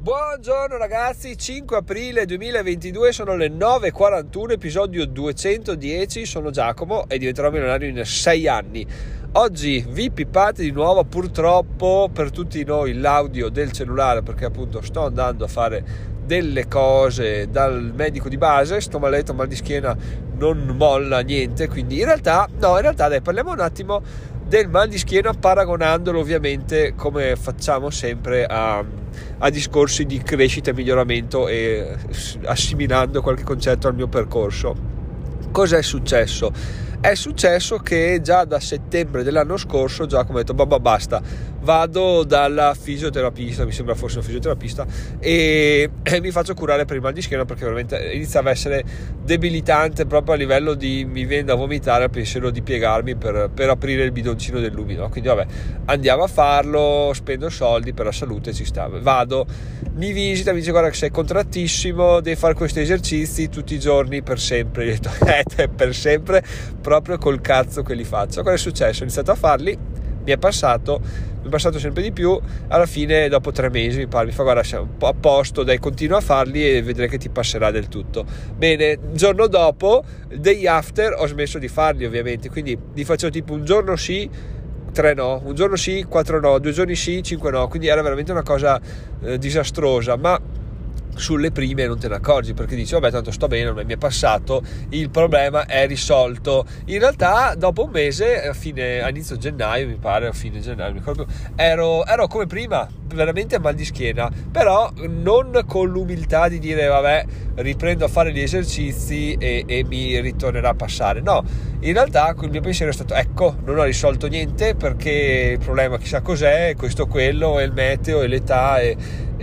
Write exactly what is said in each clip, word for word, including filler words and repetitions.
Buongiorno ragazzi, cinque aprile duemilaventidue, sono le nove e quarantuno, episodio duecentodieci, sono Giacomo e diventerò milionario in sei anni. Oggi vi pippate di nuovo purtroppo per tutti noi l'audio del cellulare perché appunto sto andando a fare delle cose dal medico di base, sto maledetto mal di schiena non molla niente, quindi in realtà, no in realtà dai parliamo un attimo del mal di schiena paragonandolo ovviamente come facciamo sempre a, a discorsi di crescita e miglioramento e assimilando qualche concetto al mio percorso. Cos'è successo? È successo che già da settembre dell'anno scorso Giacomo ha detto babà basta, vado dalla fisioterapista, mi sembra fosse una fisioterapista, e, e mi faccio curare per il mal di schiena perché veramente iniziava a essere debilitante proprio a livello di mi viene da vomitare al pensiero di piegarmi per, per aprire il bidoncino del lumino. Quindi vabbè, andiamo a farlo, spendo soldi per la salute, ci sta, vado, mi visita, mi dice guarda che sei contrattissimo, devi fare questi esercizi tutti i giorni per sempre. Io ho detto eh, per sempre proprio col cazzo che li faccio. Cosa è successo? Ho iniziato a farli, mi è passato mi è passato sempre di più, alla fine dopo tre mesi mi parla, mi fa guarda siamo a posto, dai continua a farli e vedrai che ti passerà del tutto. Bene, il giorno dopo, day after, ho smesso di farli ovviamente, quindi li facevo tipo un giorno sì, tre no, un giorno sì, quattro no, due giorni sì, cinque no, quindi era veramente una cosa eh, disastrosa, ma sulle prime non te ne accorgi perché dici vabbè tanto sto bene, non mi è passato, il problema è risolto. In realtà dopo un mese, a fine a inizio gennaio mi pare, a fine gennaio mi ricordo, ero, ero come prima, veramente a mal di schiena, però non con l'umiltà di dire vabbè riprendo a fare gli esercizi e, e mi ritornerà a passare. No, in realtà il mio pensiero è stato ecco, non ho risolto niente perché il problema chissà cos'è, questo quello, è il meteo, è l'età e,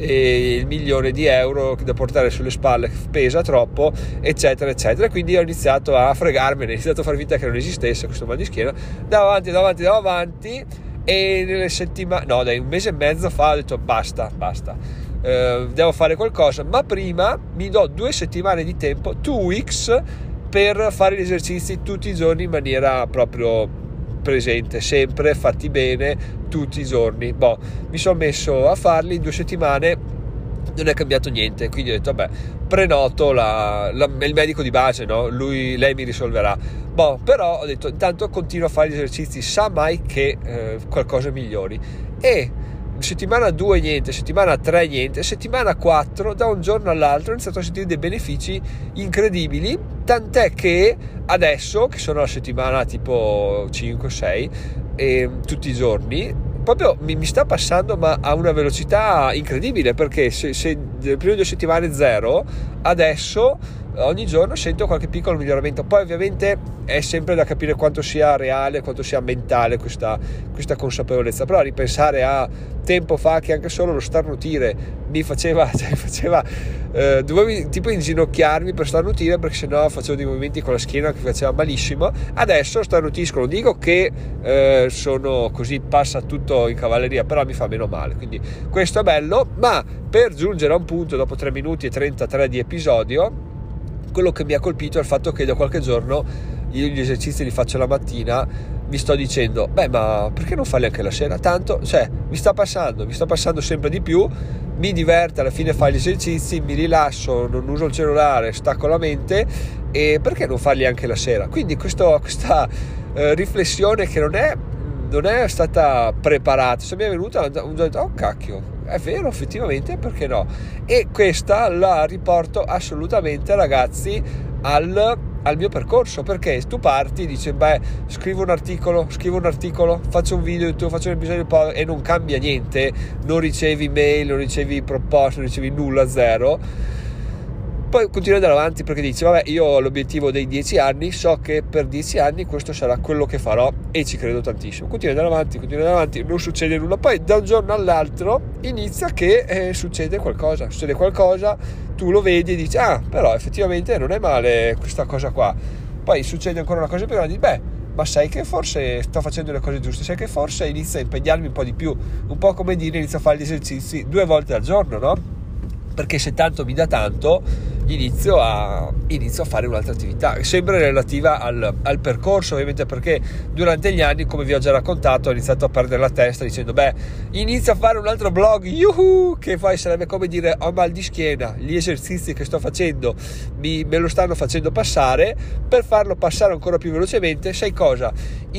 e il milione di euro da portare sulle spalle pesa troppo, eccetera eccetera. Quindi ho iniziato a fregarmene, ho iniziato a far finta che non esistesse questo mal di schiena, da avanti, da avanti, da avanti, e nelle settimane, no dai, un mese e mezzo fa ho detto basta, basta, eh, devo fare qualcosa, ma prima mi do due settimane di tempo, two weeks, per fare gli esercizi tutti i giorni in maniera proprio presente, sempre fatti bene tutti i giorni. Boh, mi sono messo a farli in due settimane, non è cambiato niente, quindi ho detto vabbè prenoto la, la, il medico di base, no? Lui, lei mi risolverà. Boh, però ho detto intanto continuo a fare gli esercizi, sa mai che eh, qualcosa migliori. E settimana due niente, settimana tre niente, settimana quattro da un giorno all'altro ho iniziato a sentire dei benefici incredibili, tant'è che adesso che sono la settimana tipo cinque sei e tutti i giorni proprio mi, mi sta passando ma a una velocità incredibile, perché se, se le prime due settimane zero, adesso ogni giorno sento qualche piccolo miglioramento. Poi ovviamente è sempre da capire quanto sia reale, quanto sia mentale questa, questa consapevolezza, però ripensare a tempo fa che anche solo lo starnutire mi faceva, cioè mi faceva eh, dovevo tipo inginocchiarmi per starnutire perché sennò facevo dei movimenti con la schiena che faceva malissimo. Adesso starnutisco, non dico che eh, sono così, passa tutto in cavalleria, però mi fa meno male, quindi questo è bello. Ma per giungere a un punto dopo tre minuti e trentatré di episodio, quello che mi ha colpito è il fatto che da qualche giorno io gli esercizi li faccio la mattina, mi sto dicendo beh ma perché non farli anche la sera, tanto cioè mi sta passando mi sta passando sempre di più, mi diverte alla fine fare gli esercizi, mi rilasso, non uso il cellulare, stacco la mente, e perché non farli anche la sera? Quindi questo, questa eh, riflessione che non è non è stata preparata, se mi è venuta un giorno, oh cacchio, è vero, effettivamente, perché no? E questa la riporto assolutamente, ragazzi, al, al mio percorso, perché tu parti e dici beh scrivo un articolo scrivo un articolo faccio un video, tu faccio un episodio e non cambia niente, non ricevi mail, non ricevi proposte, non ricevi nulla, zero. Poi continui ad andare avanti perché dici vabbè io ho l'obiettivo dei dieci anni, so che per dieci anni questo sarà quello che farò e ci credo tantissimo. Continui ad andare avanti, continui ad andare avanti, non succede nulla. Poi da un giorno all'altro inizia che eh, succede qualcosa, succede qualcosa, tu lo vedi e dici ah però effettivamente non è male questa cosa qua. Poi succede ancora una cosa più grande, beh ma sai che forse sto facendo le cose giuste, sai che forse inizio a impegnarmi un po' di più, un po' come dire inizio a fare gli esercizi due volte al giorno, no? Perché se tanto mi dà tanto, inizio a, inizio a fare un'altra attività, sempre relativa al, al percorso, ovviamente, perché durante gli anni, come vi ho già raccontato, ho iniziato a perdere la testa dicendo beh, inizio a fare un altro blog, yuhu, che poi sarebbe come dire ho mal di schiena, gli esercizi che sto facendo mi, me lo stanno facendo passare. Per farlo passare ancora più velocemente, sai cosa?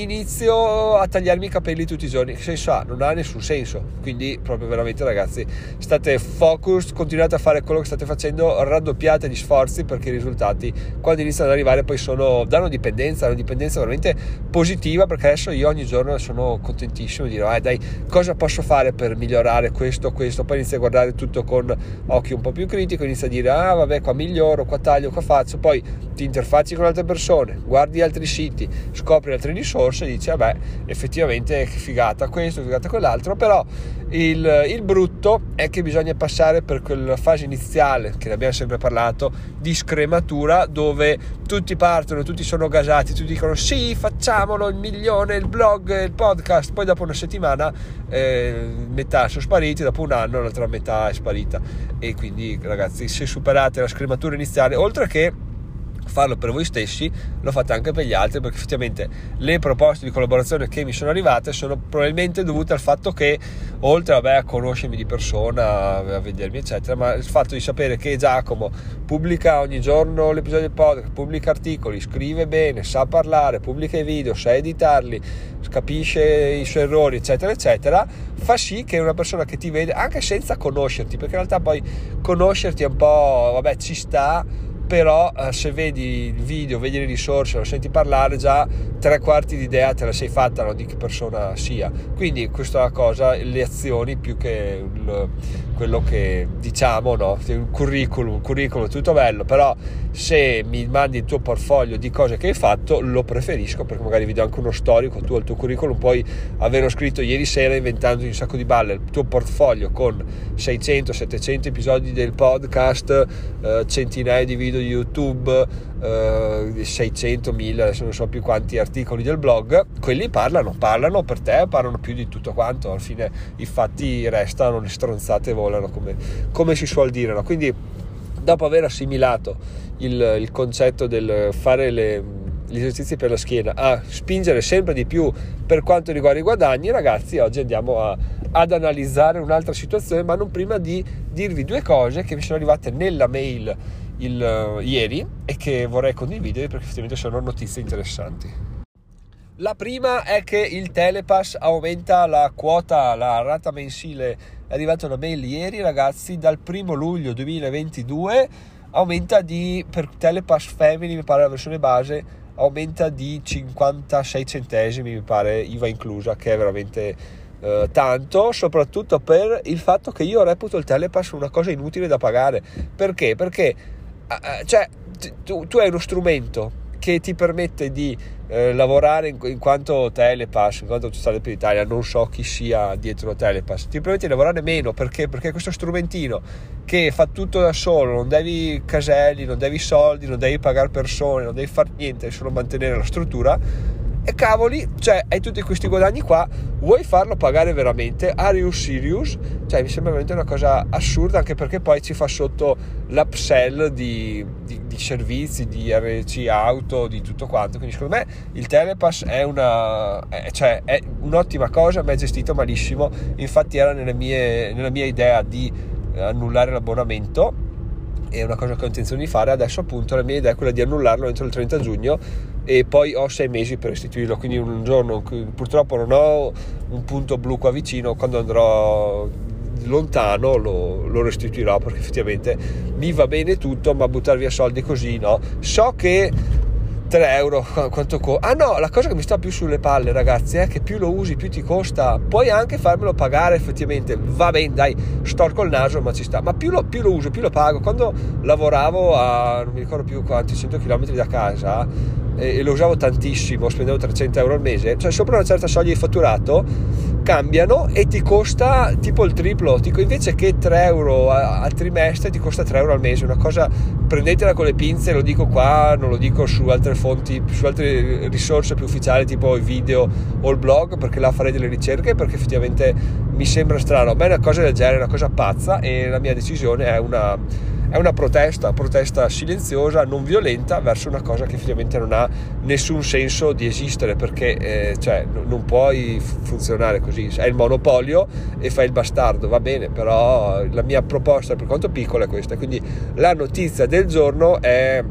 Inizio a tagliarmi i capelli tutti i giorni. Che senso ha? Non ha nessun senso. Quindi proprio veramente, ragazzi, state focused, continuate a fare quello che state facendo, raddoppiate gli sforzi, perché i risultati quando iniziano ad arrivare poi sono, danno dipendenza, una dipendenza veramente positiva, perché adesso io ogni giorno sono contentissimo di dire eh dai, cosa posso fare per migliorare questo, questo, poi inizio a guardare tutto con occhio un po' più critico, inizio a dire ah vabbè, qua miglioro, qua taglio, qua faccio, poi ti interfacci con altre persone, guardi altri siti, scopri altre risorse e dici vabbè, effettivamente figata questo, figata quell'altro. Però il, il brutto è che bisogna passare per quella fase iniziale, che ne abbiamo sempre parlato, di scrematura, dove tutti partono, tutti sono gasati, tutti dicono sì, facciamolo, il milione, il blog, il podcast, poi dopo una settimana eh, metà sono spariti, dopo un anno l'altra metà è sparita. E quindi, ragazzi, se superate la scrematura iniziale, oltre che farlo per voi stessi, lo fate anche per gli altri, perché effettivamente le proposte di collaborazione che mi sono arrivate sono probabilmente dovute al fatto che, oltre vabbè, a conoscermi di persona, a vedermi eccetera, ma il fatto di sapere che Giacomo pubblica ogni giorno l'episodio del podcast, pubblica articoli, scrive bene, sa parlare, pubblica i video, sa editarli, capisce i suoi errori eccetera eccetera, fa sì che una persona che ti vede anche senza conoscerti, perché in realtà poi conoscerti è un po' vabbè, ci sta, però eh, se vedi il video, vedi le risorse, lo senti parlare, già tre quarti di idea te la sei fatta, no, di che persona sia. Quindi questa è la cosa, le azioni più che il, quello che diciamo, no, un curriculum, un curriculum tutto bello, però se mi mandi il tuo portfolio di cose che hai fatto lo preferisco, perché magari vedo anche uno storico, tu al tuo curriculum puoi averlo scritto ieri sera inventando un sacco di balle, il tuo portfolio con seicento settecento episodi del podcast, eh, centinaia di video di YouTube, eh, seicento mila, adesso non so più quanti articoli del blog, quelli parlano, parlano per te, parlano più di tutto quanto, alla fine i fatti restano, le stronzate volano, come, come si suol dire, no? Quindi dopo aver assimilato il, il concetto del fare le, gli esercizi per la schiena, a spingere sempre di più per quanto riguarda i guadagni, ragazzi, oggi andiamo a, ad analizzare un'altra situazione, ma non prima di dirvi due cose che mi sono arrivate nella mail il, uh, ieri e che vorrei condividere, perché effettivamente sono notizie interessanti. La prima è che il Telepass aumenta la quota, la rata mensile. È arrivata una mail ieri, ragazzi, dal primo luglio duemilaventidue aumenta di, per Telepass Family, mi pare la versione base, aumenta di cinquantasei centesimi, mi pare, I V A inclusa, che è veramente eh, tanto, soprattutto per il fatto che io reputo il Telepass una cosa inutile da pagare. Perché? Perché eh, cioè, tu, tu hai uno strumento che ti permette di eh, lavorare in, in quanto Telepass, in quanto Autostrade per l'Italia, non so chi sia dietro Telepass, ti permette di lavorare meno, perché? Perché questo strumentino che fa tutto da solo, non devi caselli, non devi soldi, non devi pagare persone, non devi fare niente, solo mantenere la struttura, e cavoli, cioè hai tutti questi guadagni qua, vuoi farlo pagare veramente? Are you serious? Cioè mi sembra veramente una cosa assurda, anche perché poi ci fa sotto l'upsell di, di, di servizi, di R C auto, di tutto quanto. Quindi secondo me il Telepass è una è, cioè è un'ottima cosa, ma è gestito malissimo. Infatti era nelle mie, nella mia idea di annullare l'abbonamento, è una cosa che ho intenzione di fare. Adesso appunto la mia idea è quella di annullarlo entro il trenta giugno e poi ho sei mesi per restituirlo, quindi un giorno, purtroppo non ho un punto blu qua vicino, quando andrò lontano lo, lo restituirò, perché effettivamente mi va bene tutto, ma buttare via soldi così no. So che tre euro quanto costa? Ah no, la cosa che mi sta più sulle palle, ragazzi, è che più lo usi più ti costa. Puoi anche farmelo pagare, effettivamente va bene, dai, storco il naso, ma ci sta, ma più lo, più lo uso più lo pago. Quando lavoravo a non mi ricordo più quanti cento chilometri da casa e, e lo usavo tantissimo, spendevo trecento euro al mese, cioè sopra una certa soglia di fatturato cambiano e ti costa tipo il triplo, tipo, invece che tre euro al trimestre ti costa tre euro al mese. Una cosa, prendetela con le pinze, lo dico qua, non lo dico su altre fonti, su altre risorse più ufficiali tipo i video o il blog, perché là farei delle ricerche, perché effettivamente mi sembra strano. A me è una cosa del genere, è una cosa pazza, e la mia decisione è una è una protesta, protesta silenziosa, non violenta, verso una cosa che effettivamente non ha nessun senso di esistere, perché eh, cioè, n- non puoi f- funzionare così. Hai il monopolio e fai il bastardo, va bene, però la mia proposta, per quanto piccola, è questa. Quindi la notizia del giorno è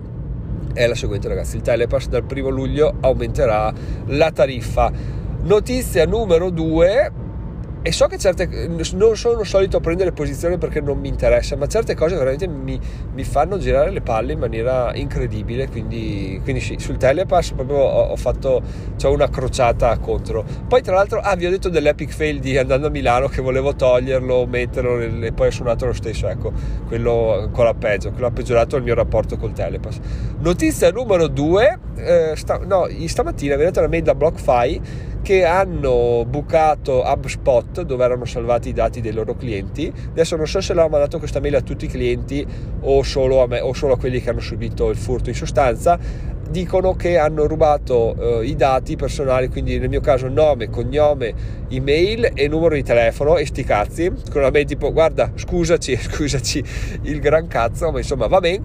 è la seguente, ragazzi: il Telepass dal primo luglio aumenterà la tariffa. Notizia numero due, e so che certe non sono solito prendere posizione perché non mi interessa, ma certe cose veramente mi, mi fanno girare le palle in maniera incredibile, quindi, quindi sì, sul Telepass proprio ho, ho fatto c'ho una crociata contro. Poi tra l'altro ah vi ho detto dell'epic fail di andando a Milano, che volevo toglierlo, metterlo e poi ho suonato lo stesso, ecco, quello ancora peggio, quello ha peggiorato il mio rapporto col Telepass. Notizia numero due, eh, sta, no, stamattina è venuta una mail da BlockFi che hanno bucato HubSpot, dove erano salvati i dati dei loro clienti. Adesso non so se l'hanno mandato questa mail a tutti i clienti o solo a me, o solo a quelli che hanno subito il furto. In sostanza dicono che hanno rubato eh, i dati personali, quindi nel mio caso nome, cognome, email e numero di telefono, e sti cazzi, con una mail tipo guarda scusaci, scusaci il gran cazzo, ma insomma va bene.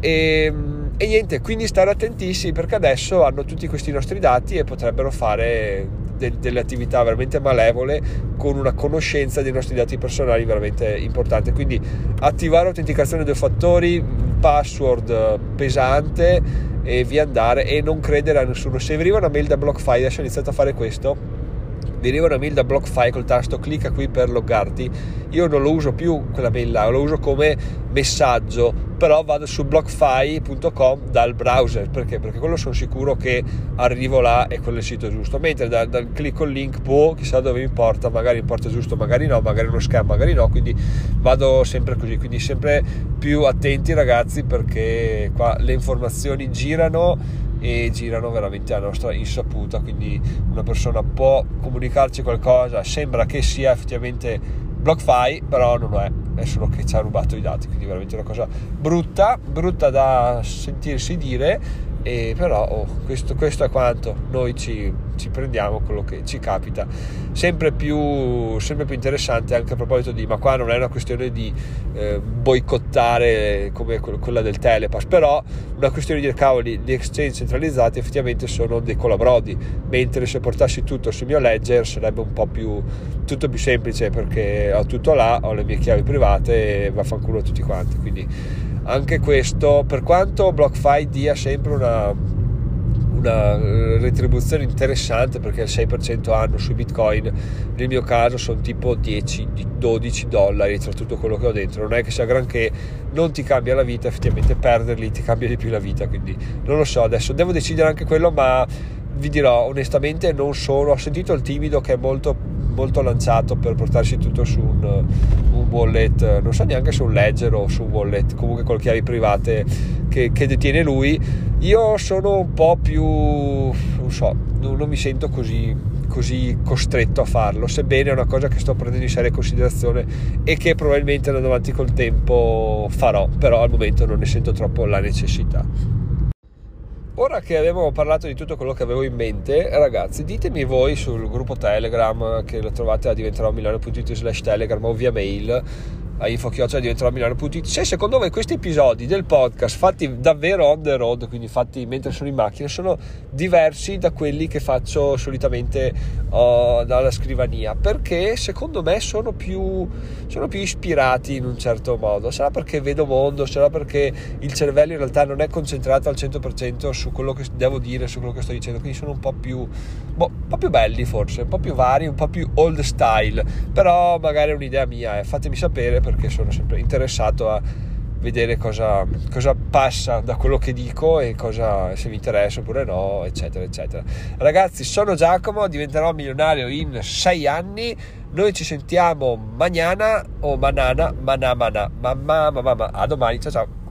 E, e niente, quindi stare attentissimi, perché adesso hanno tutti questi nostri dati e potrebbero fare de- delle attività veramente malevole con una conoscenza dei nostri dati personali veramente importante. Quindi attivare autenticazione due fattori, password pesante e via andare, e non credere a nessuno. Se vi arriva una mail da BlockFi, adesso ho iniziato a fare questo, vi arriva una mail da BlockFi col tasto clicca qui per loggarti, io non lo uso più quella mail là, lo uso come messaggio, però vado su blockfi punto com dal browser, perché? Perché quello sono sicuro che arrivo là e quello è il sito giusto, mentre da, da clicco il link, boh, chissà dove mi porta, magari mi porta giusto, magari no, magari uno scam, magari no, quindi vado sempre così. Quindi sempre più attenti, ragazzi, perché qua le informazioni girano e girano veramente a nostra insaputa, quindi una persona può comunicarci qualcosa, sembra che sia effettivamente BlockFi, però non lo è, è solo che ci ha rubato i dati, quindi veramente una cosa brutta, brutta da sentirsi dire. E però oh, questo, questo è quanto noi ci, ci prendiamo quello che ci capita. Sempre più, sempre più interessante anche a proposito di, ma qua non è una questione di eh, boicottare come quella del Telepass, però una questione di dire cavoli, gli exchange centralizzati effettivamente sono dei colabrodi, mentre se portassi tutto sul mio ledger sarebbe un po' più tutto più semplice, perché ho tutto là, ho le mie chiavi private e vaffanculo tutti quanti. Quindi anche questo, per quanto BlockFi dia sempre una, una retribuzione interessante, perché il sei per cento anno sui bitcoin, nel mio caso sono tipo dieci dodici dollari tra tutto quello che ho dentro, non è che sia granché, non ti cambia la vita, effettivamente perderli ti cambia di più la vita, quindi non lo so, adesso devo decidere anche quello, ma vi dirò onestamente non sono, ho sentito il timido che è molto molto lanciato per portarsi tutto su un, un wallet, non so neanche su un ledger o su un wallet, comunque con chiavi private che, che detiene lui. Io sono un po' più, non so, non, non mi sento così, così costretto a farlo, sebbene è una cosa che sto prendendo in seria considerazione e che probabilmente andando avanti col tempo farò, però al momento non ne sento troppo la necessità. Ora che abbiamo parlato di tutto quello che avevo in mente, ragazzi, ditemi voi sul gruppo Telegram, che lo trovate a diventeromilano.it slash telegram o via mail a info chiocciola diventeromilano punto it, se secondo voi questi episodi del podcast fatti davvero on the road, quindi fatti mentre sono in macchina, sono diversi da quelli che faccio solitamente oh, dalla scrivania, perché secondo me sono più sono più ispirati in un certo modo. Sarà perché vedo mondo, sarà perché il cervello in realtà non è concentrato al cento per cento su quello che devo dire, su quello che sto dicendo, quindi sono un po' più boh, un po' più belli, forse un po' più vari, un po' più old style, però magari è un'idea mia, eh. Fatemi sapere, perché sono sempre interessato a vedere cosa, cosa passa da quello che dico e cosa, se mi interessa oppure no, eccetera eccetera. Ragazzi, sono Giacomo, diventerò milionario in sei anni. Noi ci sentiamo mañana o manana, manà manà, mamma mamma, a domani, ciao ciao.